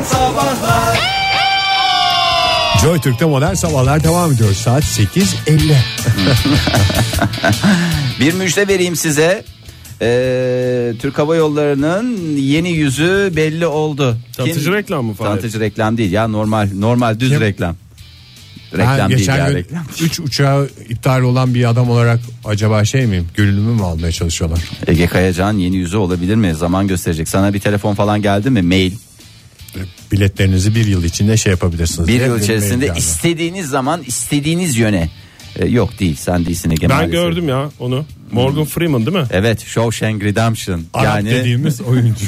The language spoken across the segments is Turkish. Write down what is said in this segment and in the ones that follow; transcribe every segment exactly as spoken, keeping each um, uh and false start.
Sabahlar. Joy Türk'te modern sabahlar devam ediyor. Saat sekiz elli. Bir müjde vereyim size. Ee, Türk Hava Yolları'nın yeni yüzü belli oldu. Tanıtıcı Kim? reklam mı falan? Tanıtıcı reklam değil ya, normal normal düz Kim? reklam. Ben Reklam değil geçen ya, gün reklam. üç uçağı iptal olan bir adam olarak acaba şey miyim? Gönlümü mü almaya çalışıyorlar? Ege Kayacan yeni yüzü olabilir mi? Zaman gösterecek. Sana bir telefon falan geldi mi? Mail. Biletlerinizi bir yıl içinde şey yapabilirsiniz. Bir diye yıl bir içerisinde mail geldi. istediğiniz zaman istediğiniz yöne. Ee, yok değil, sen değilsin Ege. Ben maalesef. gördüm ya onu. Morgan Freeman değil mi? Evet, Shawshank Redemption. Arap yani dediğimiz oyuncu.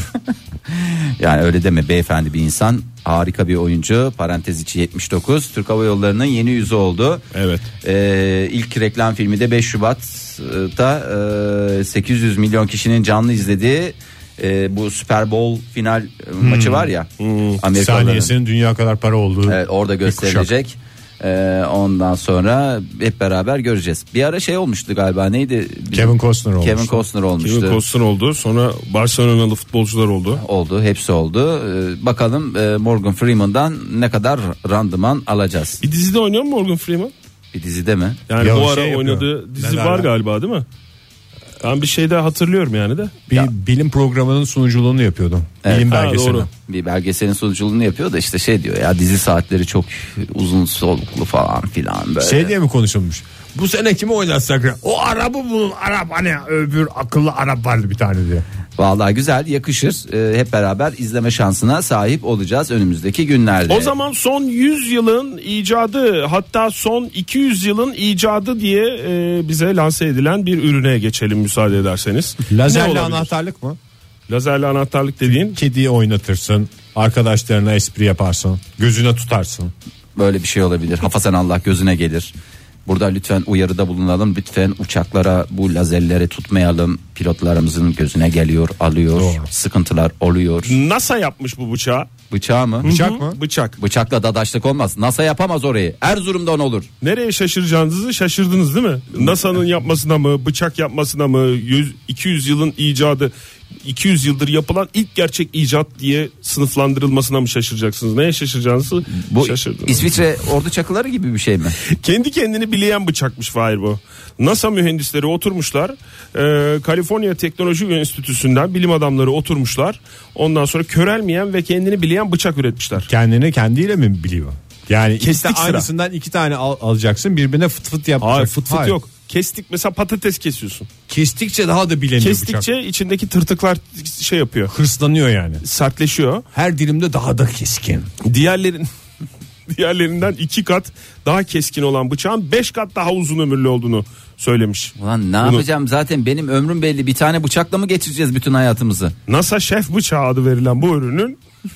yani öyle deme, beyefendi bir insan, harika bir oyuncu. Parantez içi yetmiş dokuz. Türk Hava Yolları'nın yeni yüzü oldu. Evet. Ee, ilk reklam filmi de beş Şubat'ta e, sekiz yüz milyon kişinin canlı izlediği e, bu Super Bowl final hmm. maçı var ya. Hmm. Amerikalıların. Saniyesinin dünya kadar para olduğu. Evet, orada gösterilecek. Ee, ondan sonra hep beraber göreceğiz. Bir ara şey olmuştu galiba, neydi? Bizim Kevin Costner olmuştu. Kevin Costner olmuştu. Kevin Costner oldu. Sonra Barcelona'lı futbolcular oldu. Oldu, hepsi oldu. Ee, bakalım e, Morgan Freeman'dan ne kadar randıman alacağız. Bir dizide oynuyor mu Morgan Freeman? Bir dizide mi? Yani Ya bu o ara şey yapıyor. oynadığı dizi Neler var var? galiba değil mi? Ben bir şey daha hatırlıyorum yani de. Bir Ya. bilim programının sunuculuğunu yapıyordu. Evet. Bilim Ha, belgeseli. doğru. Bir belgeselin sunuculuğunu yapıyor da işte şey diyor ya, dizi saatleri çok uzun soluklu falan filan böyle. Şey diye mi konuşulmuş? Bu sene kimi oynatsak? O Arap'ı bulun, Arap, hani öbür akıllı Arap vardı bir tane diye. Vallahi güzel, yakışır. Ee, hep beraber izleme şansına sahip olacağız önümüzdeki günlerde. O zaman son yüz yılın icadı, hatta son iki yüz yılın icadı diye e, bize lanse edilen bir ürüne geçelim müsaade ederseniz. Ne Lazerli olabilir? anahtarlık mı? Lazerli anahtarlık dediğin Kediyi oynatırsın, arkadaşlarına espri yaparsın, gözüne tutarsın. Böyle bir şey olabilir. Hafazen Allah gözüne gelir. Burada lütfen uyarıda bulunalım. Lütfen uçaklara bu lazerleri tutmayalım. Pilotlarımızın gözüne geliyor, alıyor. Doğru. Sıkıntılar oluyor. NASA yapmış bu bıçağı. Bıçağı mı? Bıçak mı? Bıçak. Bıçakla dadaşlık olmaz. NASA yapamaz orayı. Erzurum'dan olur. Nereye şaşıracağınızı şaşırdınız değil mi? NASA'nın yapmasına mı, bıçak yapmasına mı, yüz, iki yüz yılın icadı, iki yüz yıldır yapılan ilk gerçek icat diye sınıflandırılmasına mı şaşıracaksınız? Neye şaşıracağınızı Bu şaşırdınız. İsviçre ordu çakıları gibi bir şey mi? Kendi kendini bileyen bıçakmış Fahir bu. NASA mühendisleri oturmuşlar. E, Kaliforniya Teknoloji Enstitüsü'nden bilim adamları oturmuşlar. Ondan sonra körelmeyen ve kendini bileyen bıçak üretmişler. Kendini kendiyle mi biliyor? Yani Kestik işte sıra. aynısından iki tane al- alacaksın, birbirine fıt fıt yapacak. Hayır, fıt fıt Hayır. yok. Kestik, mesela patates kesiyorsun. Kestikçe daha da bileniyor Kestikçe bıçak. içindeki tırtıklar şey yapıyor. Hırslanıyor yani. Sertleşiyor. Her dilimde daha da keskin. Diğerlerin diğerlerinden iki kat daha keskin olan bıçağın beş kat daha uzun ömürlü olduğunu söylemiş. Ulan ne Bunu- yapacağım, zaten benim ömrüm belli. Bir tane bıçakla mı geçireceğiz bütün hayatımızı? NASA şef bıçağı adı verilen bu ürünün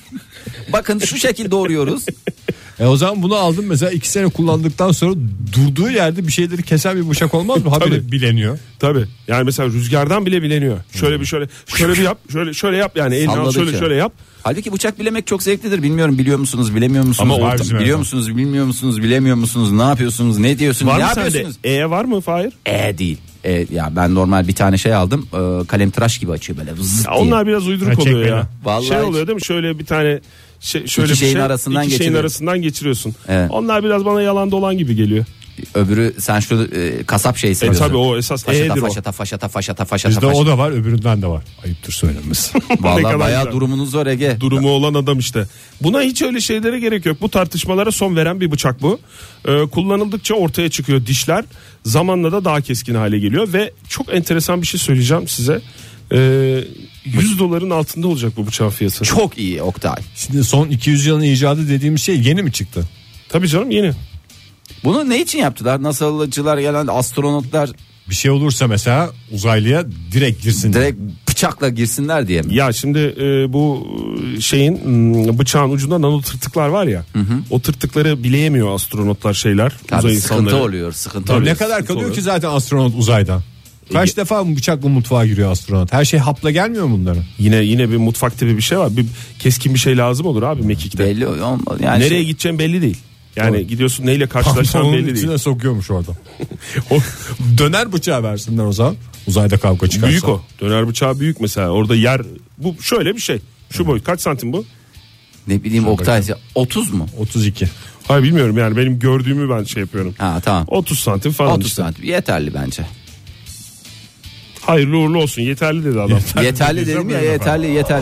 Bakın şu şekilde doğruyoruz. E o zaman bunu aldım mesela, iki sene kullandıktan sonra durduğu yerde bir şeyleri kesen bir bıçak olmaz mı? Habire Tabii. bileniyor. tabi yani mesela rüzgardan bile bileniyor. Şöyle bir şöyle şöyle bir yap, şöyle şöyle yap yani elini al, Salladıkça. şöyle şöyle yap. Halbuki bıçak bilemek çok zevklidir. Bilmiyorum, biliyor musunuz, bilemiyor musunuz? Ama var Orta- bizim biliyor evde. musunuz, bilmiyor musunuz, bilemiyor musunuz? Ne yapıyorsunuz? Ne diyorsunuz? Var ne mı sende? yapıyorsunuz? E var mı Fahir? E değil. E, ya ben normal bir tane şey aldım. E, kalem tıraş gibi açıyor böyle. Zıt Ya diye. onlar biraz uyduruk Ha, oluyor çek ya. beni. Vallahi şey hiç- oluyor değil mi? Şöyle bir tane şey, şöyle İki bir şeyin şey, arasından iki şeyin geçiriyor. arasından geçiriyorsun. Evet. Onlar biraz bana yalan dolan gibi geliyor. Öbürü sen şu e, kasap şeyi E seviyorsun. tabi o esas Faşata E'dir o. faşata faşata faşata faşata Bizde faşata. o da var, öbüründen de var. Ayıptır söylemesi. Ne Vallahi kadar bayağı güzel. durumunuz var Ege. Durumu olan adam işte. Buna hiç öyle şeylere gerek yok. Bu tartışmalara son veren bir bıçak bu. Ee, kullanıldıkça ortaya çıkıyor dişler. Zamanla da daha keskin hale geliyor ve çok enteresan bir şey söyleyeceğim size. Ee, yüz doların altında olacak bu bıçağın fiyatı. Çok iyi Oktay. Şimdi son iki yüz yılın icadı dediğimiz şey yeni mi çıktı? Tabii canım, yeni. Bunu ne için yaptılar? NASA'lıcılar, gelen astronotlar Bir şey olursa mesela uzaylıya direkt girsin. direkt bıçakla girsinler diye mi? Ya şimdi e, bu şeyin m, bıçağın ucunda nano tırtıklar var ya. O tırtıkları bileyemiyor astronotlar, şeyler. Tabii uzay sıkıntı insanları. oluyor, sıkıntı Tabii oluyor. ne kadar kalıyor oluyor. ki zaten astronot uzayda? Kaç Ege- defa mı bıçakla mutfağa giriyor astronot? Her şey hapla gelmiyor mu bunların? Yine yine bir mutfak tipi bir şey var. Bir keskin bir şey lazım olur abi mekikte. Belli olmaz. Yani Nereye şey- gideceğin belli değil. Yani Doğru. gidiyorsun neyle karşılaşacağın Pantolonun belli değil. içine sokuyormuş orada. O döner bıçağı versinler o zaman. Uzayda kavga çıkarsa. Büyük o. Döner bıçağı büyük mesela. Orada yer bu şöyle bir şey. Şu boy kaç santim bu? Ne bileyim Şuna Oktay bakalım. otuz mu? otuz iki. Hayır bilmiyorum yani benim gördüğümü ben şey yapıyorum. Ha tamam. otuz santim falan otuz işte. santim yeterli bence. Hayırlı uğurlu olsun, yeterli dedi adam. Yeterli dedim ya, yeterli yeterli.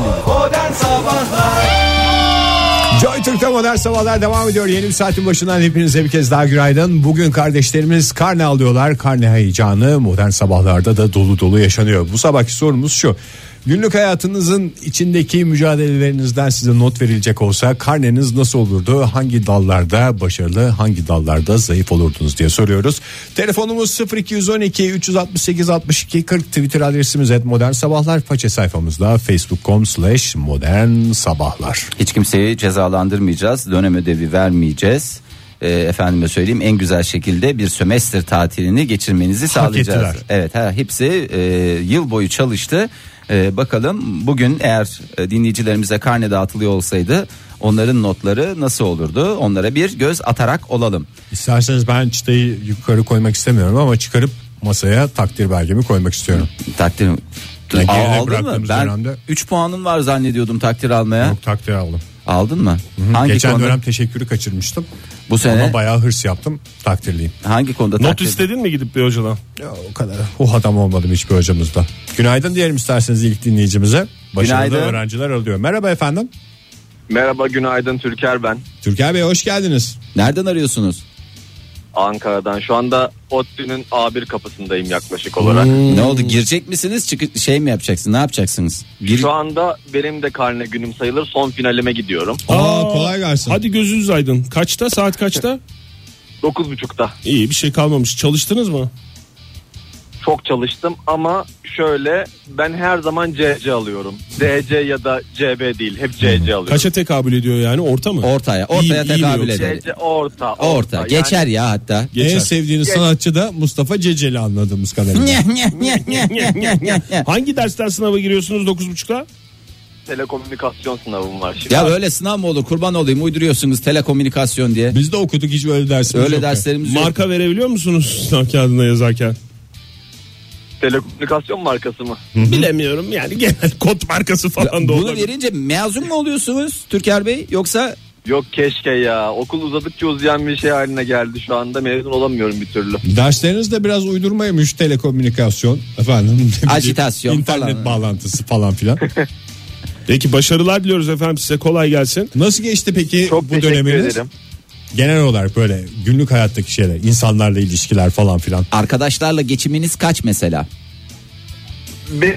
Joy Türk'te Modern Sabahlar devam ediyor. Yeni bir saatin başından hepinize bir kez daha günaydın. Bugün kardeşlerimiz karne alıyorlar. Karne heyecanı Modern Sabahlar'da da dolu dolu yaşanıyor. Bu sabahki sorumuz şu: günlük hayatınızın içindeki mücadelelerinizden size not verilecek olsa karneniz nasıl olurdu? Hangi dallarda başarılı, hangi dallarda zayıf olurdunuz diye soruyoruz. Telefonumuz sıfır iki on iki üç altı sekiz altmış iki kırk, Twitter adresimiz et modern sabahlar, faça sayfamızda facebook nokta com slash modern sabahlar. Hiç kimseyi cezalandırmayacağız, dönem ödevi vermeyeceğiz. E, efendime söyleyeyim, en güzel şekilde bir sömestr tatilini geçirmenizi sağlayacağız. ettiler. Evet, ha, hepsi e, yıl boyu çalıştı. E, bakalım bugün eğer e, dinleyicilerimize karne dağıtılıyor olsaydı onların notları nasıl olurdu? Onlara bir göz atarak olalım. İsterseniz ben çıtayı yukarı koymak istemiyorum ama çıkarıp masaya takdir belgemi koymak istiyorum. Takdir Ben Aa, geride aldın mı? bıraktığımız Ben dönemde- üç puanın var zannediyordum takdir almaya. Yok, takdir aldım. Aldın mı? Hangi Geçen konuda? dönem teşekkürü kaçırmıştım. Bu sene Ama bayağı hırs yaptım, takdirliyim. hangi konuda Not takdir? istedin mi gidip bir hocadan? Ya, o kadar o adam olmadım hiçbir hocamızda. Günaydın diyelim isterseniz ilk dinleyicimize. Başarılı Günaydın. öğrenciler alıyor. Merhaba efendim. Merhaba, günaydın, Türker ben. Türker Bey hoş geldiniz. Nereden arıyorsunuz? Ankara'dan. Şu anda ODTÜ'nün A bir kapısındayım yaklaşık olarak. Ne oldu, girecek misiniz, çıkı şey mi yapacaksın, ne yapacaksınız? Gir- Şu anda benim de karne günüm sayılır. Son finalime gidiyorum. Aa, kolay gelsin. Hadi gözünüz aydın. Kaçta, saat kaçta? dokuz buçukta. İyi, bir şey kalmamış. Çalıştınız mı? Çok çalıştım ama şöyle, ben her zaman C C alıyorum. D C ya da C B değil, hep C C alıyorum. Kaça tekabül ediyor yani, orta mı? Ortaya, ortaya İyi- iyi mi tekabül yoksa? eder. C C orta. Orta, Orta, Yani geçer ya hatta. Geçer. En sevdiğiniz Geç. sanatçı da Mustafa Ceceli anladığımız kadarıyla. Hangi dersten sınava giriyorsunuz dokuz buçukta? telekomünikasyon sınavım var şimdi. Ya böyle sınav mı olur, kurban olayım, uyduruyorsunuz telekomünikasyon diye. Biz de okuduk, hiç öyle dersimiz Öyle yok. derslerimiz yok. Marka verebiliyor musunuz sınav kağıdına yazarken? Telekomünikasyon markası mı? Bilemiyorum yani, genel kod markası falan da Bunu olabilir. verince mezun mu oluyorsunuz Türker Bey, yoksa Yok, keşke ya. Okul uzadıkça uzayan bir şey haline geldi şu anda. Mezun olamıyorum bir türlü. Dersleriniz de biraz uydurmaymış, telekomünikasyon efendim. ne bileyim, Ajitasyon internet falan. bağlantısı falan filan. Peki, başarılar diliyoruz efendim, size kolay gelsin. Nasıl geçti peki Çok bu teşekkür döneminiz? ederim. Genel olarak böyle günlük hayattaki şeyler, insanlarla ilişkiler falan filan. arkadaşlarla geçiminiz kaç mesela? Bir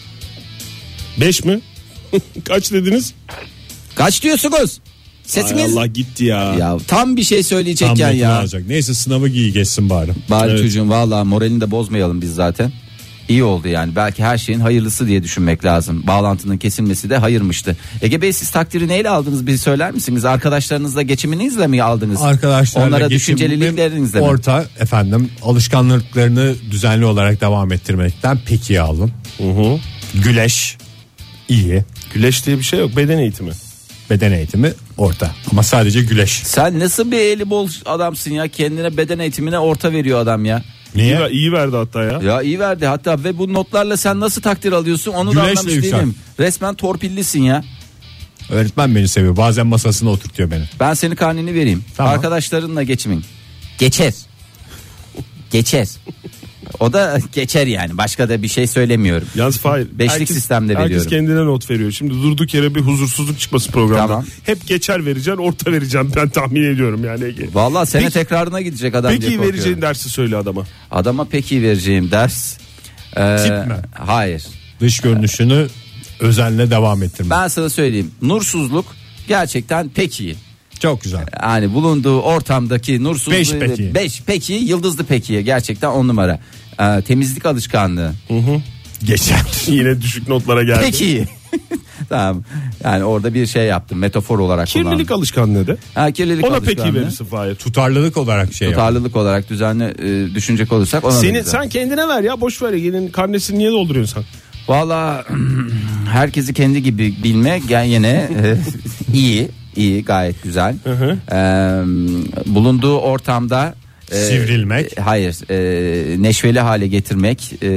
Beş mi? Kaç dediniz? Kaç diyorsunuz? Ay Sesiniz? Allah, gitti ya. Ya tam bir şey Tam söyleyecekken notunu ya. alacak. Neyse, sınavı giy geçsin bari. Bari Evet. çocuğum, valla moralini de bozmayalım biz zaten. İyi oldu yani, belki her şeyin hayırlısı diye düşünmek lazım. Bağlantının kesilmesi de hayırmıştı. Ege Bey, siz takdiri neyle aldınız, bir söyler misiniz? Arkadaşlarınızla geçiminizle mi aldınız? Arkadaşlarla Onlara geçimim düşünceliliklerinizle mi? orta efendim, alışkanlıklarını düzenli olarak devam ettirmekten pek iyi aldım. Hı hı. Güleş iyi, Güleş diye bir şey yok, beden eğitimi. beden eğitimi orta ama sadece güleş. Sen nasıl bir eli bol adamsın ya, kendine beden eğitimine orta veriyor adam ya. Niye? İyi, iyi verdi hatta ya. Ya iyi verdi hatta, ve bu notlarla sen nasıl takdir alıyorsun onu da Güneşle anlamış yüksel. değilim. Resmen torpillisin ya. Öğretmen beni seviyor, bazen masasına oturtuyor beni. Ben senin karneni vereyim. Tamam. Arkadaşlarınla geçimin. Geçer. Geçer. O da geçer yani. Başka da bir şey söylemiyorum. Yalnız Fahir, Beşlik herkes- sistemde herkes veriyorum. kendine not veriyor. Şimdi durduk yere bir huzursuzluk çıkması programda. Tamam. Hep geçer vereceksin, orta vereceğim, ben tahmin ediyorum yani Ege. Vallahi sene Peki- tekrarına gidecek adam diye Peki korkuyorum. vereceğin dersi söyle adama. Adama peki vereceğim ders. Ee, Tip mi? Hayır. Dış görünüşünü özenle devam ettirmek. Ben sana söyleyeyim. Nursuzluk gerçekten pek iyi. Çok güzel. Yani bulunduğu ortamdaki nursuzluğu Beş peki. beş peki, yıldızlı peki, gerçekten on numara. Ee, temizlik alışkanlığı. Geçer. Yine düşük notlara geldi. Peki iyi. Tamam. Yani orada bir şey yaptım, metafor olarak Kirlilik kullandım. alışkanlığı de. Ha, kirlilik Ona peki alışkanlığı. verirsin Fahir. Tutarlılık olarak şey yap. Tutarlılık olarak düzenli e, düşünecek olursak ona Senin, da güzel. sen kendine ver ya, boş ver. Ege'nin karnesini niye dolduruyorsun sen? Valla herkesi kendi gibi bilme gel yine e, iyi iyi gayet güzel. hı. Ee, bulunduğu ortamda e, Sivrilmek. e, hayır e, neşveli hale getirmek e,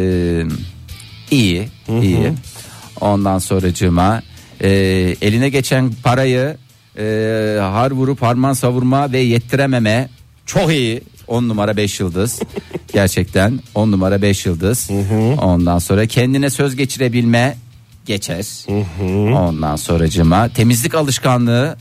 iyi iyi. Ondan sonracığıma e, eline geçen parayı Ee, har vurup harman savurma ve yettirememe çok iyi. on numara beş yıldız. Gerçekten on numara beş yıldız. Ondan sonra kendine söz geçirebilme geçer. Ondan sonracığıma temizlik alışkanlığı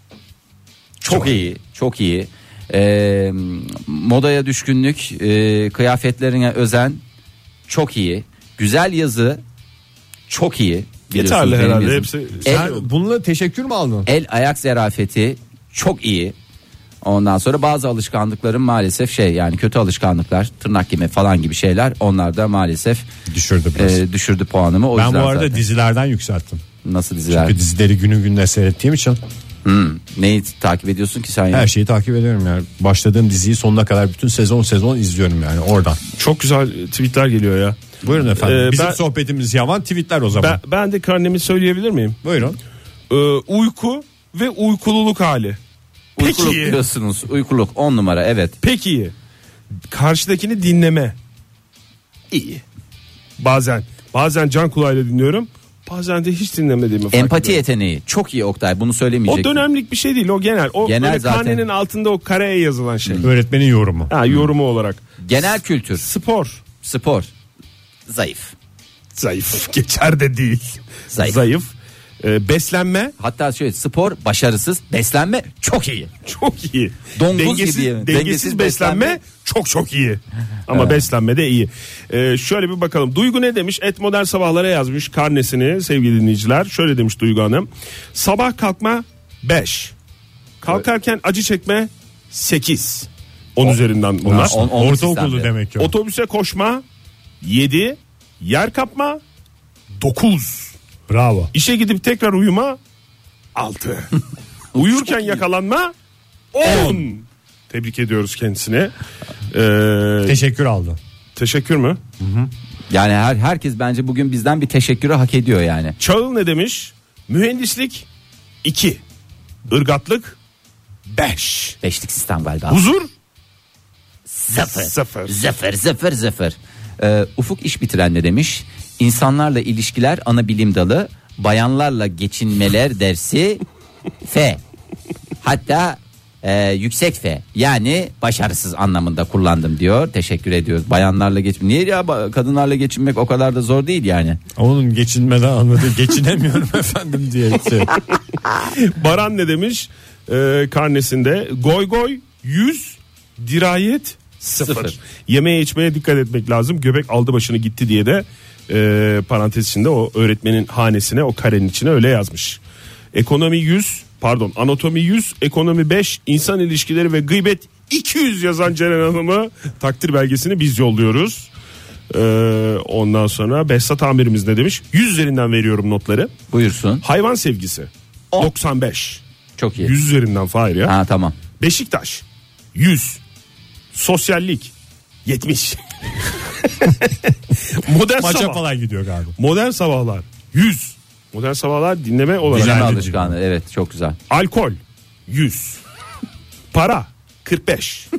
çok, çok iyi. Çok iyi. Ee, modaya düşkünlük, e, kıyafetlerine özen çok iyi. Güzel yazı çok iyi. Yeterli herhalde hepsi. Sen bununla teşekkür mü aldın? El ayak zerafeti çok iyi. Ondan sonra bazı alışkanlıkların maalesef şey yani kötü alışkanlıklar, tırnak yeme falan gibi şeyler, onlar da maalesef düşürdü biraz. E, düşürdü puanımı. O ben yüzden bu arada zaten. dizilerden yükselttim. Nasıl diziler? Çünkü dizileri günü gününe seyrettiğim için. Hmm, neyi takip ediyorsun ki sen? Her yani? şeyi takip ediyorum yani. Başladığım diziyi sonuna kadar bütün sezon sezon izliyorum yani oradan. Çok güzel tweetler geliyor ya. Buyurun efendim. Ee, Bizim ben, sohbetimiz yavan, tweetler o zaman. Ben, ben de karnemi söyleyebilir miyim? Buyurun. Ee, uyku ve uykululuk hali. Peki Uykuluk iyi. diyorsunuz. Uykuluk on numara, evet. Peki iyi. Karşıdakini dinleme. İyi. Bazen bazen can kulağıyla dinliyorum. Bazen de hiç dinlemediğimi fark Empati ediyorum. yeteneği çok iyi Oktay, bunu O söylemeyecektim. dönemlik bir şey değil, o genel. O Genel böyle zaten. karnenin altında o kareye yazılan şey. Öğretmenin yorumu. Ha, yorumu olarak. Genel kültür, Spor. spor zayıf. Zayıf. Geçer de değil. Zayıf. Zayıf. Ee, beslenme Hatta şöyle, spor başarısız, beslenme çok iyi. çok iyi. Donguz dengesiz, gibi. Dengesiz, Dengesiz beslenme, beslenme çok çok iyi. Ama Evet. beslenme de iyi. Ee, şöyle bir bakalım. Duygu ne demiş? Et Modern Sabahlara yazmış karnesini sevgili dinleyiciler. Şöyle demiş Duygu Hanım. Sabah kalkma beş. Kalkarken acı çekme sekiz. on üzerinden bunlar. on- on Ortaokulu sistemde. demek ki. Otobüse koşma yedi. Yer kapma dokuz. Bravo. İşe gidip tekrar uyuma altı. Uyurken yakalanma on. Tebrik ediyoruz kendisine. Ee, Teşekkür aldı. teşekkür mü? Yani her herkes bence bugün bizden bir teşekkürü hak ediyor yani. Çağıl ne demiş? Mühendislik iki. Irgatlık beş. Beşlik sistem galiba. Huzur Sıfır. Sıfır. Sıfır sıfır sıfır. Ee, Ufuk iş bitiren ne demiş? İnsanlarla ilişkiler ana bilim dalı, bayanlarla geçinmeler dersi F. Hatta e, yüksek F. Yani başarısız anlamında kullandım diyor. Teşekkür ediyoruz. Bayanlarla geçin. Niye ya, Ba- kadınlarla geçinmek o kadar da zor değil yani. Onun geçinmeden anladığı geçinemiyorum efendim diye. Şey. Baran ne demiş? Ee, karnesinde goy goy yüz, dirayet sıfır. Sıfır. Yemeğe içmeye dikkat etmek lazım. Göbek aldı başını gitti diye de e, parantez içinde o öğretmenin hanesine, o karenin içine öyle yazmış. Ekonomi yüz, pardon anatomi yüz, ekonomi beş, insan ilişkileri ve gıybet iki yüz yazan Ceren Hanım'ı takdir belgesini biz yolluyoruz. Ee, ondan sonra Behzat amirimiz ne demiş? yüz üzerinden veriyorum notları. Buyursun. Hayvan sevgisi On. doksan beş. Çok iyi. yüz üzerinden Fahir ya. Ha tamam. Beşiktaş yüz. Sosyallik yetmiş. Modern Maça sabah. falan gidiyor galiba. Modern sabahlar yüz. Modern sabahlar dinleme olarak. Dinleme Güzel. alışkanlığı, evet, çok güzel. Alkol yüz. Para kırk beş.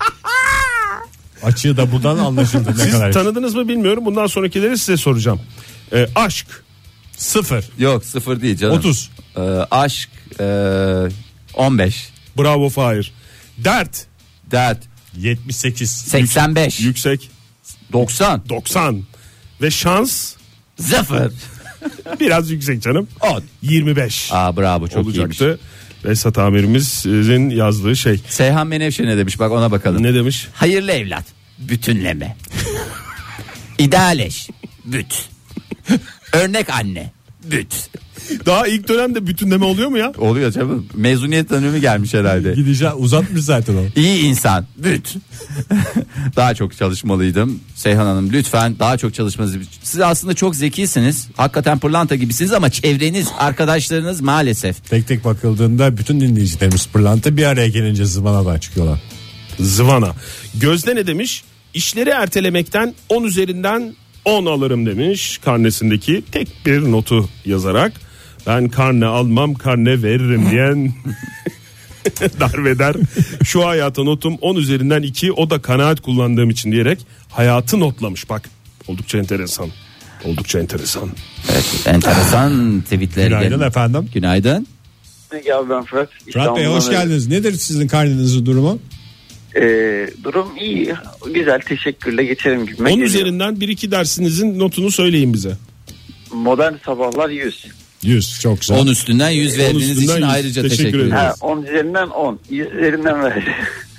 Açığı da buradan anlaşıldı ne Siz kadar. tanıdınız mı bilmiyorum. Bundan sonrakileri size soracağım. Ee, aşk Sıfır. Yok sıfır değil canım. otuz. Ee, aşk e, on beş. bravo Fahir. Dert Dert yetmiş sekiz. seksen beş. yüksek doksan. doksan. Ve şans Sıfır. biraz yüksek canım. on. yirmi beş. Aa bravo, çok iyiymiş. olacaktı. Behzat amirimizin yazdığı şey. Seyhan Menevşe ne demiş, bak ona bakalım. Ne demiş? Hayırlı evlat. Bütünleme. İdealeş. Büt. Örnek anne. Büt. Daha ilk dönemde bütünleme oluyor mu ya? Oluyor canım. Mezuniyet dönemi gelmiş herhalde. Gideceğim, uzatmış zaten o. İyi insan. Büt. Daha çok çalışmalıydım. Seyhan Hanım lütfen daha çok çalışmanızı. Siz aslında çok zekisiniz. Hakikaten pırlanta gibisiniz ama çevreniz, arkadaşlarınız maalesef. Tek tek bakıldığında bütün dinleyicilerimiz pırlanta, bir araya gelince zıvanadan çıkıyorlar. Zıvana. Gözde ne demiş? İşleri ertelemekten on üzerinden on alırım demiş karnesindeki tek bir notu yazarak. Ben karne almam, karne veririm diyen darveder. Şu hayata notum on üzerinden iki, o da kanaat kullandığım için diyerek hayatı notlamış. Bak oldukça enteresan. Oldukça enteresan. Evet, enteresan tweetler. Günaydın geldi. efendim. Günaydın. Peki abi ben Fırat. Fırat Bey hoş geldiniz. Nedir sizin karnenizin durumu? Ee, durum iyi. Güzel, teşekkürle geçelim gibi. on üzerinden bir iki dersinizin notunu söyleyin bize. Modern Sabahlar yüz. yüz çok güzel. on üstünden yüz verdiğiniz üstünden için yüz. ayrıca Teşekkür teşekkür ederim. ederiz. Ha, on üzerinden on. yüz üzerinden verdi.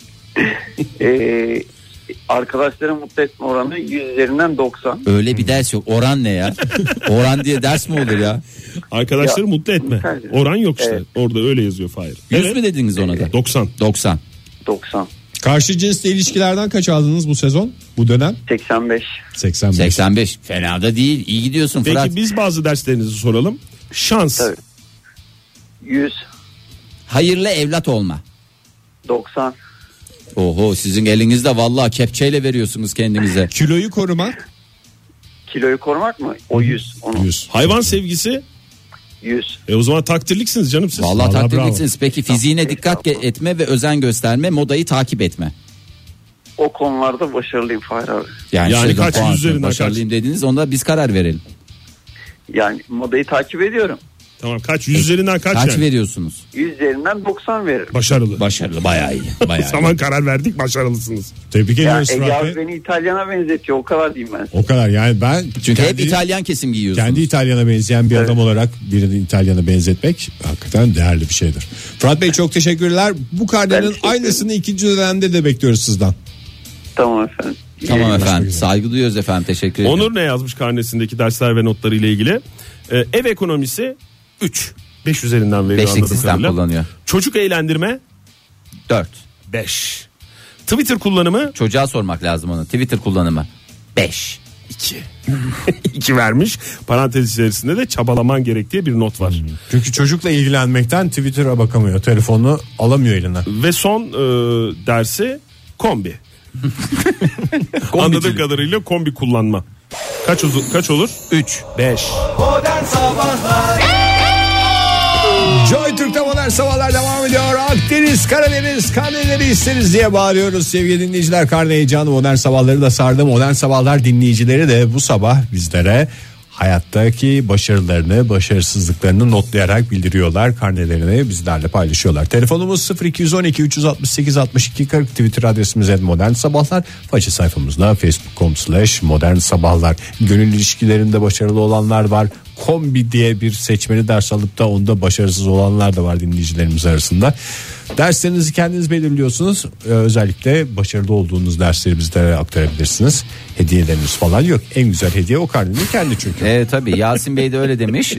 ee, arkadaşları mutlu etme oranı yüz üzerinden doksan. Öyle bir ders yok. Oran ne ya? Oran diye ders mi olur ya? Arkadaşları Ya, mutlu etme. Oran yok işte. Evet. Orada öyle yazıyor Fahir. yüz Evet. mü dediniz ona da? doksan. doksan. doksan. Karşı cinsle ilişkilerden kaç aldınız bu sezon? Bu dönem? seksen beş. seksen beş. seksen beş. Fena da değil. İyi gidiyorsun Peki Fırat. biz bazı derslerinizi soralım. Şans. Tabii. yüz. Hayırlı evlat olma. doksan. Oho, sizin elinizde vallahi kepçeyle veriyorsunuz kendinize. Kiloyu korumak? Kiloyu korumak mı? O yüz. Onu. yüz. Hayvan sevgisi. yüz. E o zaman takdirliksiniz canım siz. Vallahi Vallahi takdirliksiniz. Peki fiziğine dikkat ge- etme ve özen gösterme, modayı takip etme. O konularda başarılıyım Fahir abi. Yani, Yani işte kaç, puan- yüz üzerinden başarılıyım dediniz, onda biz karar verelim. Yani modayı takip ediyorum. Tamam kaç? Yüz üzerinden kaç, Kaç yani? veriyorsunuz? yüz üzerinden doksan veririm. Başarılı. Başarılı, bayağı iyi. Bayağı iyi. Tamam karar verdik, başarılısınız. Tebrik Ya ediyoruz Ege Fırat abi Bey. beni İtalyan'a benzetiyor, o kadar diyeyim ben size. O kadar yani ben Çünkü hep kendi, İtalyan kesim giyiyorsunuz. kendi İtalyan'a benzeyen bir Evet. adam olarak birini İtalyan'a benzetmek hakikaten değerli bir şeydir. Fırat Bey çok teşekkürler. Bu Ben karnenin teşekkür aynısını ikinci dönemde de bekliyoruz sizden. Tamam efendim. Tamam İyi efendim. üzere. Saygı duyuyoruz efendim. Teşekkür ederim. Onur ne yazmış karnesindeki dersler ve notları ile ilgili? Ee, ev ekonomisi üç. beş üzerinden veriyor. Beşlik anladığım sistem kadarıyla. kullanıyor. Çocuk eğlendirme dört. beş. Twitter kullanımı Çocuğa sormak lazım onu. Twitter kullanımı beş. iki. iki vermiş. Parantez içerisinde de çabalaman gerektiği bir not var. Çünkü çocukla ilgilenmekten Twitter'a bakamıyor. Telefonunu alamıyor eline. Ve son e, dersi kombi. Anladığım kadarıyla kombi kullanma. Kaç uzun, kaç olur? üç. beş. Joy Türk'te modern sabahlar devam ediyor. Akdeniz, Karadeniz karneleri isteriz diye bağırıyoruz sevgili dinleyiciler. Karne heyecanı modern sabahları da sardı. Modern sabahlar dinleyicileri de bu sabah bizlere hayattaki başarılarını, başarısızlıklarını notlayarak bildiriyorlar. Karnelerini bizlerle paylaşıyorlar. Telefonumuz sıfır iki on iki üç altı sekiz altmış iki kırk. Twitter adresimiz et modern sabahlar. Faça sayfamızda facebook nokta com slash modern sabahlar. Gönül ilişkilerinde başarılı olanlar var. Kombi diye bir seçmeli ders alıp da onda başarısız olanlar da var dinleyicilerimiz arasında. Derslerinizi kendiniz belirliyorsunuz. Ee, özellikle başarılı olduğunuz dersleri bizlere aktarabilirsiniz. Hediyeleriniz falan yok. En güzel hediye o karnenin kendi çünkü. Evet tabii Yasin Bey de öyle demiş.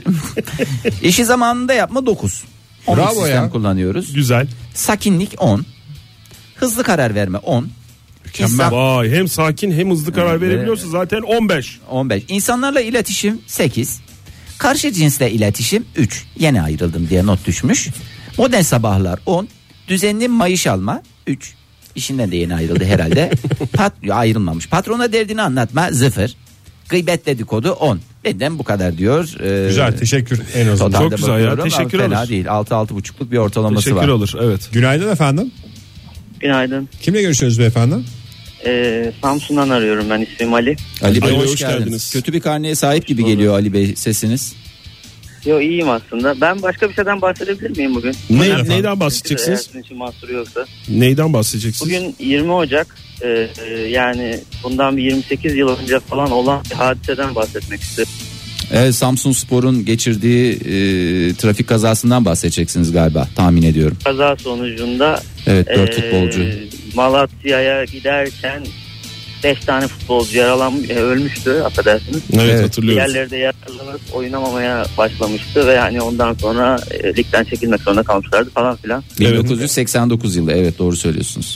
İşi zamanında yapma dokuz. on Bravo sistem ya. kullanıyoruz. Güzel. Sakinlik on. Hızlı karar verme on. İnsan- Vay, hem sakin hem hızlı karar verebiliyorsun zaten on beş. on beş. İnsanlarla iletişim sekiz. Karşı cinsle iletişim üç. Yeni ayrıldım diye not düşmüş. Modern sabahlar on. Düzenli mayış alma üç. İşinden de yeni ayrıldı herhalde. Pat ayrılmamış. Patrona derdini anlatma sıfır. Gıybet dedikodu on. Benden bu kadar diyor. Ee, Güzel, teşekkür en azından. totalde Çok güzel ya, bakıyorum ama teşekkür fena alır. değil. altı altı buçukluk bir ortalaması Teşekkür var. olur, evet. Günaydın efendim. Günaydın. Kimle görüşüyoruz beyefendi? Ee, Samsun'dan arıyorum, ben ismim Ali. Ali Bey Ali Bey, hoş, hoş geldiniz. geldiniz. Kötü bir karneye sahip gibi geliyor Ali Bey sesiniz. Yo, iyiyim aslında. Ben başka bir şeyden bahsedebilir miyim bugün? Ne, Önemli. neyden bahsedeceksiniz? Eğer sizin için mahsuru yoksa. Neyden bahsedeceksiniz? Bugün yirmi Ocak, e, e, yani bundan bir yirmi sekiz yıl önce falan olan bir hadiseden bahsetmek istedim. Evet, Samsun Spor'un geçirdiği e, trafik kazasından bahsedeceksiniz galiba, tahmin ediyorum. Kaza sonucunda Evet, dört e, futbolcu. Malatya'ya giderken beş tane futbolcu yaralanmış, e, ölmüştü, affedersiniz. Evet, Evet. hatırlıyoruz. Diğerleri de yaralanıp oynamamaya başlamıştı ve hani ondan sonra e, ligden çekilmek zorunda kalmışlardı falan filan. bin dokuz yüz seksen dokuz yılı, evet doğru söylüyorsunuz.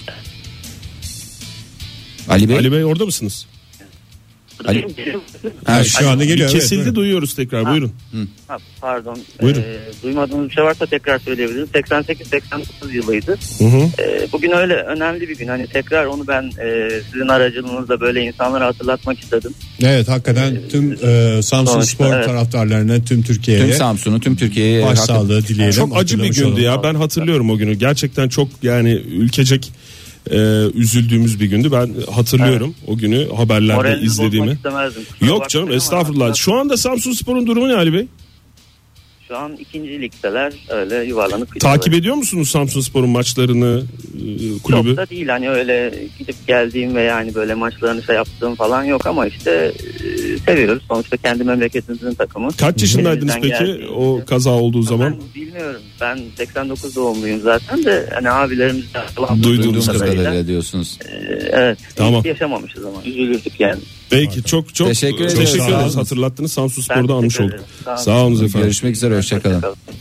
Ali Bey. Ali Bey orada mısınız? Ali- Ha, şu anda geliyor. Bir evet, kesildi, buyurun. duyuyoruz tekrar, buyurun. Ha, pardon. Buyurun. Ee, duymadığınız bir şey varsa tekrar söyleyebilirim. seksen sekiz seksen dokuz yılıydı. Hı hı. Ee, bugün öyle önemli bir gün. Hani tekrar onu ben e, sizin aracılığınızla böyle insanlara hatırlatmak istedim. Evet, hakikaten tüm e, Samsun Sonuçta, Spor evet. taraftarlarına, tüm Türkiye'ye Tüm Samsun'u, tüm Türkiye'ye başsağlığı dileyelim. Çok acı bir Hatırlamış gündü olalım. ya. Ben hatırlıyorum o günü. Gerçekten çok yani ülkecek e, üzüldüğümüz bir gündü. Ben hatırlıyorum o günü haberlerde Moralinizi bozmak izlediğimi. istemezdim. Kusura Yok canım, bakmayın ama- estağfurullah. Şu anda Samsun Spor'un durumu ne Ali Bey? Şu an ikinci ligdeler, öyle yuvarlanıp gidiyorlar. Takip ediyor musunuz Samsunspor'un maçlarını, e, kulübü? Çok da değil hani öyle gidip geldiğim ve yani böyle maçlarını şey yaptığım falan yok ama işte e, seviyoruz. Sonuçta kendi memleketimizin takımı. Kaç yaşındaydınız Elimizden peki geldiğince. o kaza olduğu zaman? Ben bilmiyorum. Ben seksen dokuz doğumluyum zaten de hani abilerimizden falan Duyduğunuz Duyduğunuz kadarıyla, kadarıyla diyorsunuz. e, evet. Tamam. Hiç yaşamamışız ama üzülürdük yani. Peki çok çok Teşekkür ederiz. teşekkür Sağ ederiz. olun. Hatırlattınız. Ben Samsunspor'da teşekkür almış olduk. ederim. Sağ olun. Sağ olun efendim. Görüşmek üzere, hoşçakalın.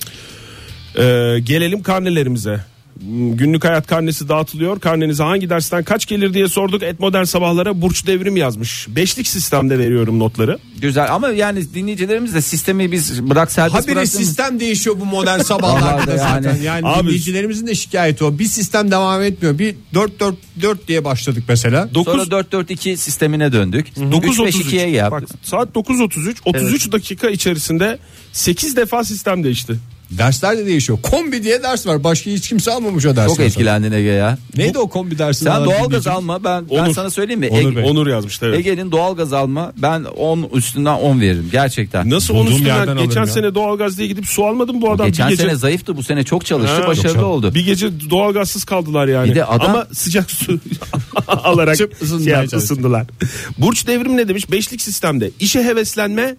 Ee, gelelim karnelerimize. Günlük hayat karnesi dağıtılıyor. Karnenize hangi dersten kaç gelir diye sorduk. Et Modern Sabahlara Burç Devrim yazmış. Beşlik sistemde veriyorum notları. Güzel ama yani dinleyicilerimiz de sistemi biz bırak serbest Habire bıraktın. sistem değişiyor bu modern sabahlarda Vallahi zaten. yani. Yani Abi- dinleyicilerimizin de şikayeti o. Bir sistem devam etmiyor. Bir dört dört dört diye başladık mesela. Sonra dört dört iki sistemine döndük. dokuz üç beş otuz üç. ikiye Bak, yaptık. saat dokuz otuz üç. otuz üç dakika içerisinde sekiz defa sistem değişti. Dersler de değişiyor. Kombi diye ders var. Başka hiç kimse almamış o dersi. Çok etkilendin Ege ya. Neydi o kombi dersi? Sen doğalgaz alma, ben ben Onur. sana söyleyeyim mi? Onur Ege, Bey. Onur yazmıştı, evet. Ege'nin doğalgaz alma, ben on üstünden on veririm gerçekten. Nasıl Bulduğum onun üstünden yerden geçen alırım ya. sene doğalgaz diye gidip su almadım bu adam. Geçen bir gece... sene zayıftı, bu sene çok çalıştı, Ha, başarılı çok- oldu. Bir gece doğalgazsız kaldılar yani. Bir de adam- Ama sıcak su alarak İçip ısınmaya şey, çalıştı. ısındılar. Burç Devrim ne demiş? Beşlik sistemde işe heveslenme.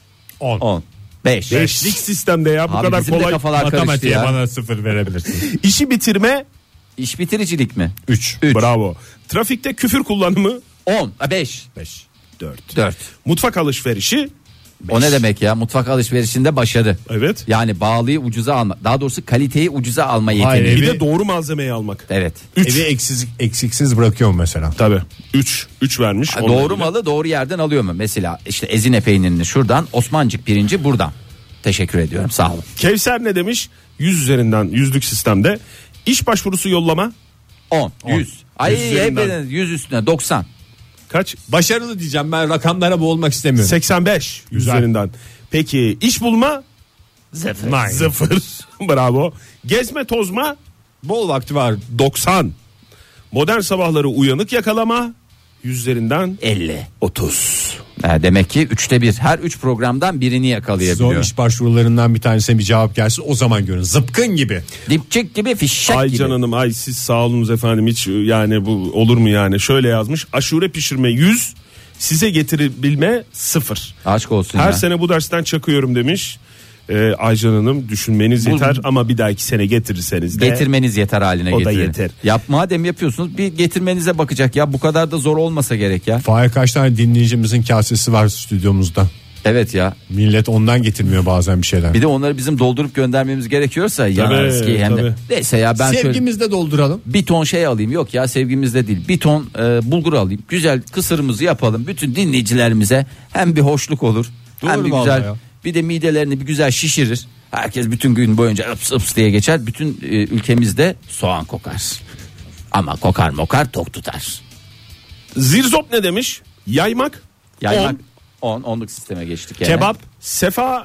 on. beş. Beşlik sistemde ya bu Abi kadar bizim de kolay. kafalar karıştı Matematiğe ya. bana sıfır verebilirsin. İşi bitirme. İş bitiricilik mi? üç. üç. Bravo. Trafikte küfür kullanımı. on. beş. beş. dört. dört. Mutfak alışverişi. O ne demek ya? Mutfak alışverişinde başarı. Evet. Yani bağlıyı ucuza alma. Daha doğrusu kaliteyi ucuza alma Hayır, yeteneği. Bir Evi- de doğru malzemeyi almak. Evet. Üç. Evi eksiz, eksiksiz bırakıyorum mesela. Tabii. üç. üç vermiş. Ha, Onunla doğru ilgili. malı doğru yerden alıyor mu? Mesela işte Ezine peynirini şuradan, Osmancık pirinci buradan. Teşekkür ediyorum, sağ olun. Kevser ne demiş? yüz üzerinden yüzlük sistemde. İş başvurusu yollama. on. yüz. Ay yüz üzerinden. hepiniz yüz üstüne doksan. Kaç? Başarılı diyeceğim, ben rakamlara boğulmak istemiyorum. seksen beş Güzel. üzerinden. Peki iş bulma? Sıfır. Sıfır. Bravo. Gezme tozma? Bol vakti var. doksan. Modern sabahları uyanık yakalama? Yüzlerinden elli. otuz. Ha, demek ki üçte bir. Her üç programdan birini Zor yakalayabiliyor. iş başvurularından bir tanesine bir cevap gelsin, o zaman görün. Zıpkın gibi. Dipçik gibi, fişek Ay gibi. Can Hanım, ay siz sağ olunuz efendim, hiç yani bu olur mu yani? Şöyle yazmış: aşure pişirme yüz, size getirebilme sıfır. Aşk olsun Her ya. sene bu dersten çakıyorum demiş. Ee, Aycan Hanım, düşünmeniz Bu- yeter ama bir dahaki sene getirirseniz de Getirmeniz yeter haline o da getirin. yeter. Yap, madem yapıyorsunuz bir getirmenize bakacak ya, bu kadar da zor olmasa gerek ya. Fahir, kaç tane dinleyicimizin kasesi var stüdyomuzda. Evet ya. Millet ondan getirmiyor bazen bir şeyler. Bir de onları bizim doldurup göndermemiz gerekiyorsa ya Tabii, eski hem de. tabii. Neyse ya, ben şöyle Sevgimizde dolduralım. bir ton şey alayım. Yok ya, sevgimizde değil. Bir ton e, bulgur alayım. Güzel kısırımızı yapalım. Bütün dinleyicilerimize hem bir hoşluk olur. hem Doğru bir vallahi güzel ya. bir de midelerini bir güzel şişirir. Herkes bütün gün boyunca ıps ıps diye geçer. Bütün e, ülkemizde soğan kokar. Ama kokar mokar tok tutar. Zirzop ne demiş? Yaymak, Yaymak on, on onluk sisteme geçtik yani. kebap, sefa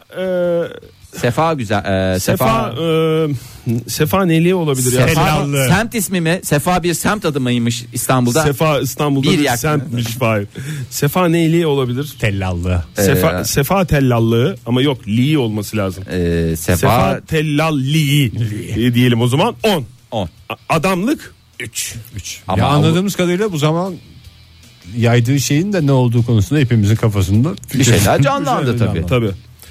e, Sefa güzel. e, sefa sefa e, sefa neliği olabilir ya. Sefa, Helallı. semt ismi mi? Sefa bir semt adı mıymış İstanbul'da? Sefa İstanbul'da Bir bir, yak- semtmiş Fahir. Sefa neyliği olabilir? Tellallı. Sefa, Ee, sefa tellallığı ama yok, liği olması lazım. E, sefa, Sefa tellalliği e, diyelim o zaman. on. on. Adamlık üç. Ama Ya anladığımız kadarıyla bu zaman yaydığı şeyin de ne olduğu konusunda hepimizin kafasında Bir şeyler canlandı Bir şeyler tabii. Tabii.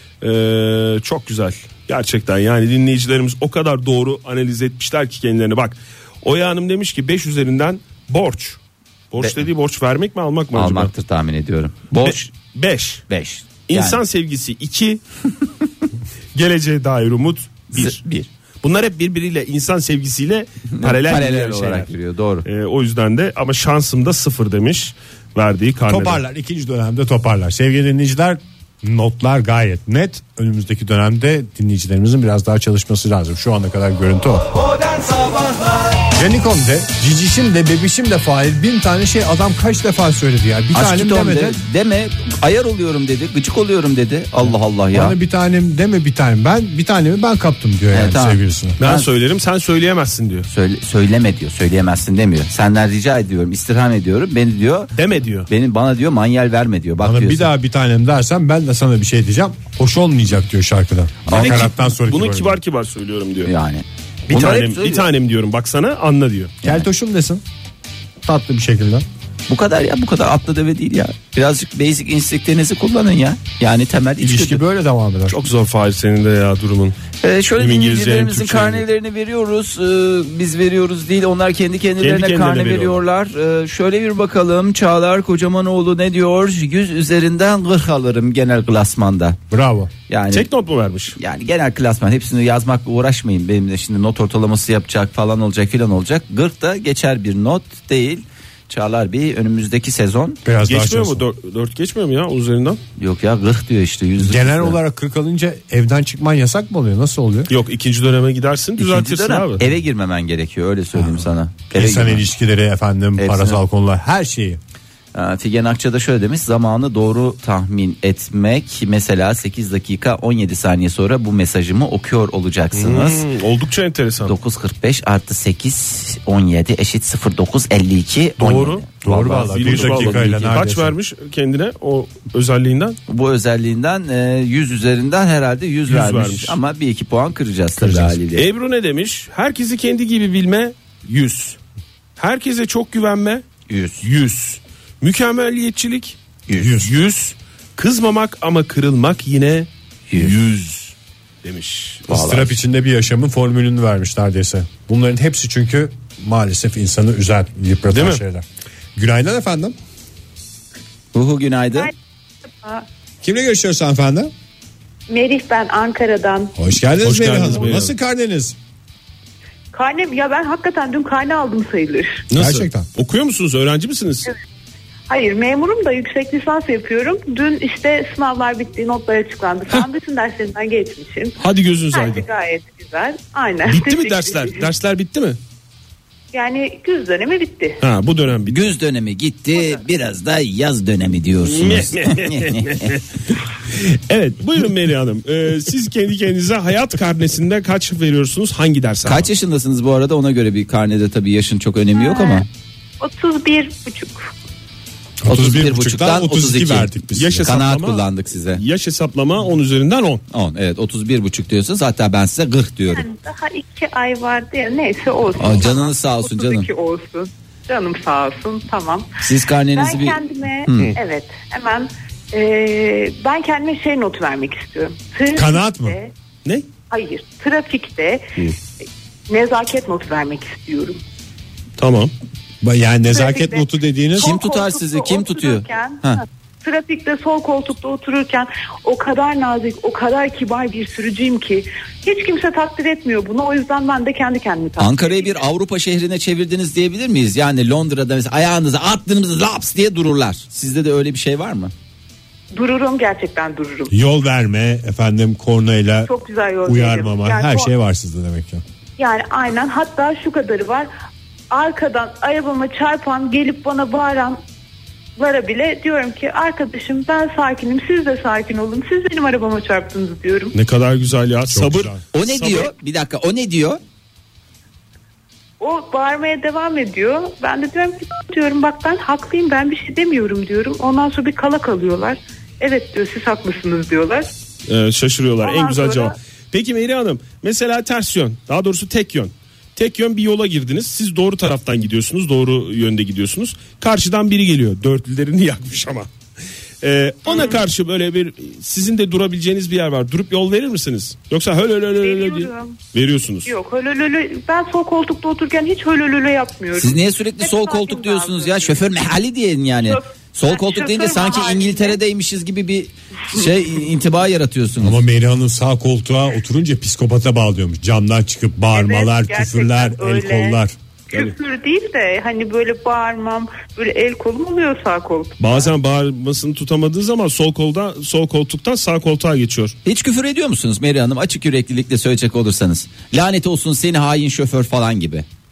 Ee, çok güzel. Gerçekten yani dinleyicilerimiz o kadar doğru analiz etmişler ki kendilerini. Bak, Oya Hanım demiş ki beş üzerinden borç. Borç Be- dediği borç vermek mi, almak mı acaba? Almaktır tahmin ediyorum. Borç beş. beş. İnsan sevgisi iki. Geleceğe dair umut bir. bir. Bunlar hep birbiriyle, insan sevgisiyle paralel, Paralel yürüyen olarak şeyler. giriyor, doğru. Ee, o yüzden de ama şansım da sıfır demiş verdiği karnede. Toparlar, ikinci dönemde toparlar. Sevgili dinleyiciler, notlar gayet net. Önümüzdeki dönemde dinleyicilerimizin biraz daha çalışması lazım. Şu ana kadar görüntü o. Modern Sabahlar Canikom de, cicişim de, bebişim de Fahir. Bin tane şey adam kaç defa söyledi ya. Bir tanem Aşkitom demedi. de, deme ayar oluyorum dedi, gıcık oluyorum dedi. Allah Allah ya. Bana bir tanem deme bir tanem. Ben bir tanemi ben kaptım diyor yani Evet, tamam. sevgilisine. Ben, Ben- söylerim sen söyleyemezsin diyor. Söyle, söyleme diyor, söyleyemezsin demiyor. Senden rica ediyorum, istirham ediyorum. Beni diyor, Deme diyor. benim bana diyor manyel verme diyor. Bak Bana diyorsun. bir daha bir tanem dersen ben de sana bir şey diyeceğim. Hoş olmayacak diyor şarkıda. Bunu, Nakarattan sonra bunu kibar. kibar kibar söylüyorum diyor. Yani. Bir Bunlar hep tanem, bir söylüyor. tanem diyorum bak sana anla diyor. Keltoşum desin. Tatlı bir şekilde. Bu kadar ya, bu kadar atlı deve değil ya. Birazcık basic instinktlerinizi kullanın ya. Yani temel İlişki içgüdü. böyle devam eder. Çok zor Fahir senin de ya durumun. Ee, şöyle Hem İngilizce hem dinleyicilerimizin Türkçe karnelerini veriyoruz. Ee, biz veriyoruz değil, onlar kendi kendilerine Kendi kendilerine karne veriyorlar. Ee, şöyle bir bakalım. Çağlar Kocamanoğlu ne diyor? yüz üzerinden kırk alırım genel klasmanda. Bravo. Yani Tek not mu vermiş? yani genel klasman, hepsini yazmakla uğraşmayın. Benim de şimdi not ortalaması yapacak falan olacak filan olacak. kırk da geçer bir not değil. Çağlar Bey önümüzdeki sezon Biraz daha Geçmiyor mu? çalışsın. dört geçmiyor mu ya onun üzerinden? yok ya kırk diyor işte. yüzlük Genel işte. olarak kırk alınca evden çıkman yasak mı oluyor? Nasıl oluyor? Yok ikinci döneme gidersin İkinci düzeltirsin dönem abi. eve girmemen gerekiyor, öyle söyleyeyim sana. Eve İnsan girme. ilişkileri efendim, Hepsini. parasal konular, her şeyi. Aa, Figen Akça da şöyle demiş: zamanı doğru tahmin etmek, mesela sekiz dakika on yedi saniye sonra bu mesajımı okuyor olacaksınız. Hmm, oldukça enteresan. dokuz kırk beş artı sekiz on yedi eşit sıfır dokuz elli iki. Doğru. Doğru Vallahi vallahi. Bilmiş Bir dakikayla vallahi. Kaç neredeyse. vermiş kendine o özelliğinden? Bu özelliğinden e, yüz üzerinden herhalde yüz, yüz vermiş. vermiş. Ama bir iki puan kıracağız tabii Kıracağız. haliyle. Ebru ne demiş? Herkesi kendi gibi bilme yüz. Herkese çok güvenme yüz. yüz. Mükemmelliyetçilik Yüz. yüz. Kızmamak ama kırılmak yine Yüz. yüz demiş. Istırap içinde bir yaşamın formülünü vermiş neredeyse. Bunların hepsi çünkü maalesef insanı üzen, Değil yıpratan mi? şeyler. Günaydın efendim. Uhu günaydın. Kimle görüşüyoruz efendim? Merih ben Ankara'dan. Hoş geldiniz Hoş Meri geldiniz Hanım. Meri Nasıl karneniz? Karne ya ben hakikaten dün karne aldım sayılır. Nasıl? Gerçekten. Okuyor musunuz? Öğrenci misiniz? Hayır memurum da yüksek lisans yapıyorum. Dün işte sınavlar bitti, notlar açıklandı falan. Bütün derslerinden geçmişim. Hadi gözünüz Her şey aydın. gayet güzel. Aynen. Bitti mi Teşekkür dersler? ederim. Dersler bitti mi? Yani güz dönemi bitti. Ha bu dönem bitti. Güz dönemi gitti, biraz da yaz dönemi diyorsunuz. Evet buyurun Meri Hanım. Ee, siz kendi kendinize hayat karnesinde kaç veriyorsunuz? Hangi derse? Kaç yaşındasınız bu arada, ona göre bir karnede tabii yaşın çok önemi yok ama. otuz bir buçuk. otuz bir buçuktan buçuktan otuz iki verdik biz. Yaş size. Kanaat hesaplama- kullandık size. Yaş hesaplama on üzerinden on. on, evet otuz bir buçuk diyorsunuz, hatta ben size kırk diyorum. Yani daha iki ay vardı ya, neyse olsun. Aa, canınız sağ olsun canım. otuz iki olsun. Canım sağ olsun, tamam. Siz karnenizi Ben bir... kendime Hı. evet hemen e, ben kendime şey not vermek istiyorum. Trafikte- Kanaat mı? Ne? Hayır, trafikte e, nezaket notu vermek istiyorum. Tamam. Yani nezaket Trafikte- notu dediğiniz Kim Sol tutar koltukta sizi? Kim tutuyor? otururken- Ha. ha, Trafikte sol koltukta otururken o kadar nazik, o kadar kibar bir sürücüyüm ki hiç kimse takdir etmiyor bunu. O yüzden ben de kendi kendimi takdir Ankara'yı bir ediyorum. Avrupa şehrine çevirdiniz diyebilir miyiz? Yani Londra'da mesela ayağınızı attığınızda laps diye dururlar. Sizde de öyle bir şey var mı? Dururum, gerçekten dururum. yol verme efendim, kornayla Çok güzel yol uyarmama, veririm. Yani her o- şey var sizde demek ki. Yani aynen, hatta şu kadarı var. Arkadan arabama çarpan, gelip bana bağıranlara bile diyorum ki arkadaşım ben sakinim, siz de sakin olun. Siz benim arabama çarptınız diyorum. Ne kadar güzel ya. Sabır. güzel. O ne Sabır. diyor? Bir dakika, o ne diyor? O bağırmaya devam ediyor. Ben de diyorum ki diyorum bak ben haklıyım, ben bir şey demiyorum diyorum. Ondan sonra bir kala kalıyorlar. Evet diyor, siz haklısınız diyorlar. Ee, şaşırıyorlar. Ondan en güzel sonra- cevap. Peki Meri Hanım, mesela ters yön, daha doğrusu tek yön. Tek yön bir yola girdiniz. Siz doğru taraftan gidiyorsunuz. Doğru yönde gidiyorsunuz. Karşıdan biri geliyor. Dörtlülerini yakmış ama. Ee, ona karşı böyle bir sizin de durabileceğiniz bir yer var. Durup yol verir misiniz? Yoksa höl höl höl höl höl diye Veriyorum. veriyorsunuz. Yok hölölölö, ben sol koltukta otururken hiç hölölölö yapmıyorum. Siz niye sürekli Hep sol sakin koltuk diyorsunuz ya? davranıyorum. Şoför mehali diyelim yani. Şöf- Sol Yani koltuk deyince şoför sanki mahalinde- İngiltere'deymişiz gibi bir şey intiba yaratıyorsunuz. Ama Meri Hanım sağ koltuğa oturunca psikopata bağlıyormuş. Camdan çıkıp bağırmalar, Evet, gerçekten küfürler, el öyle. kollar. Küfür değil de hani böyle bağırmam, böyle el kolum oluyor sağ koltuk. Bazen bağırmasını tutamadığı zaman sol kolda sol koltuktan sağ koltuğa geçiyor. Hiç küfür ediyor musunuz Meri Hanım? Açık yüreklilikle söyleyecek olursanız. Lanet olsun seni hain şoför falan gibi.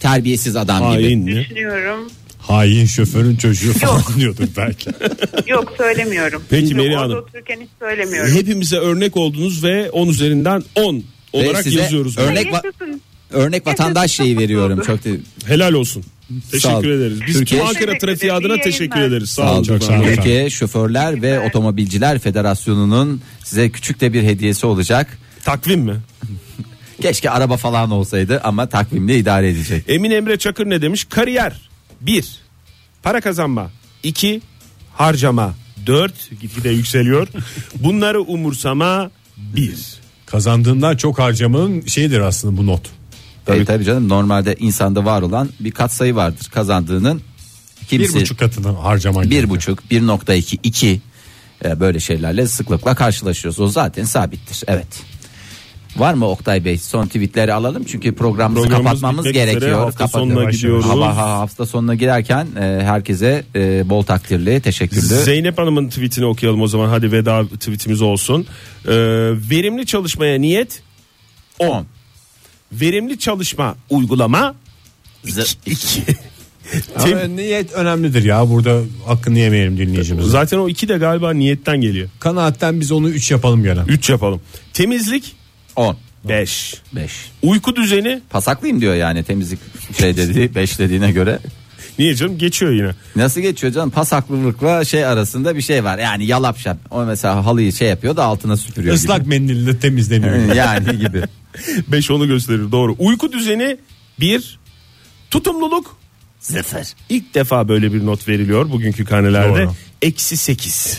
Terbiyesiz adam Hain gibi. mi? Düşünüyorum. Hain şoförün çocuğu falan diyordur belki. Yok söylemiyorum. Peki Yok, Meri orada Hanım. otururken hiç söylemiyorum. Hepimize örnek oldunuz ve on üzerinden on olarak size yazıyoruz. örnek va- Yaşasın. örnek vatandaş şeyi veriyorum. Çok de- Helal olsun. Sağ ol. Teşekkür ederiz. Biz Türkiye- tüm Ankara Teşekkür trafiği ederim. adına İyi teşekkür yayınlar. ederiz. Sağ Sağ olun. olun. Çok sağ olun. Türkiye Şoförler ve Teşekkürler. Otomobilciler Federasyonu'nun size küçük de bir hediyesi olacak. Takvim mi? Keşke araba falan olsaydı ama takvimle idare edecek. Emin Emre Çakır ne demiş? Kariyer bir, para kazanma iki, harcama dört, gitgide yükseliyor. Bunları umursama bir. Kazandığından çok harcamanın şeyidir aslında bu not. Tabii tabii canım, normalde insanda var olan bir katsayı vardır. Kazandığının kimse Bir buçuk katını harcaman bir gerekiyor. buçuk, bir nokta iki, iki e, böyle şeylerle sıklıkla karşılaşıyoruz. O zaten sabittir. Evet. Var mı Oktay Bey? Son tweetleri alalım çünkü programımızı Programımız kapatmamız bitmek üzere, gerekiyor. hafta Kapat- sonuna Yavaş gidiyoruz. yavaş. Hava, ha- hafta sonuna giderken e, herkese e, bol takdirli, teşekkürlü. Zeynep Hanım'ın tweetini okuyalım o zaman. Hadi veda tweetimiz olsun. Ee, verimli çalışmaya niyet on. Verimli çalışma uygulama Z- iki. Ama niyet önemlidir ya, burada hakkını yemeyelim dinleyicimizin. Zaten o iki de galiba niyetten geliyor. Kanaatten biz onu üç yapalım gene. üç yapalım. Temizlik on. beş. beş. Uyku düzeni Pasaklıyım diyor yani temizlik şey dediği beş dediğine göre. niye canım, geçiyor yine. Nasıl geçiyor canım? Pasaklılıkla şey arasında bir şey var. Yani yalap şap. O mesela halıyı şey yapıyor da altına süpürüyor Islak gibi. mendille temizleniyor. Yani gibi. beş onu gösterir, doğru. Uyku düzeni bir. Tutumluluk Sıfır. ilk defa böyle bir not veriliyor bugünkü karnelerde. Doğru. Eksi sekiz.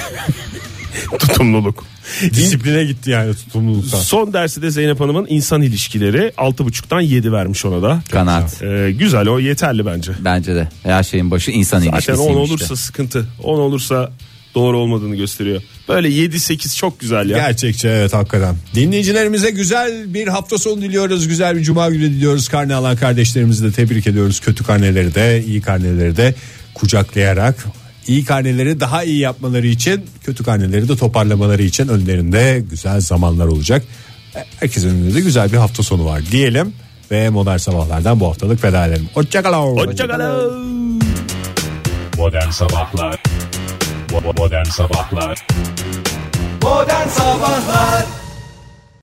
Tutumluluk. Disipline gitti yani tutumluluktan. Son dersi de Zeynep Hanım'ın insan ilişkileri, altı buçuktan yedi vermiş ona da. Kanaat. Ee, güzel, o yeterli bence. Bence de. Her şeyin başı insan Zaten ilişkisiymiş on işte. olursa sıkıntı. on olursa doğru olmadığını gösteriyor. Böyle yedi sekiz çok güzel ya. Gerçekçi, evet, hakikaten. Dinleyicilerimize güzel bir hafta sonu diliyoruz. Güzel bir cuma günü diliyoruz. Karne alan kardeşlerimizi de tebrik ediyoruz. Kötü karneleri de, iyi karneleri de kucaklayarak, iyi karneleri daha iyi yapmaları için, kötü karneleri de toparlamaları için önlerinde güzel zamanlar olacak. Herkesin önünde de güzel bir hafta sonu var diyelim ve Modern Sabahlar'dan bu haftalık veda edelim. Hoşçakalın. Hoşçakalın. Modern Sabahlar Bo- Modern Sabahlar Modern Sabahlar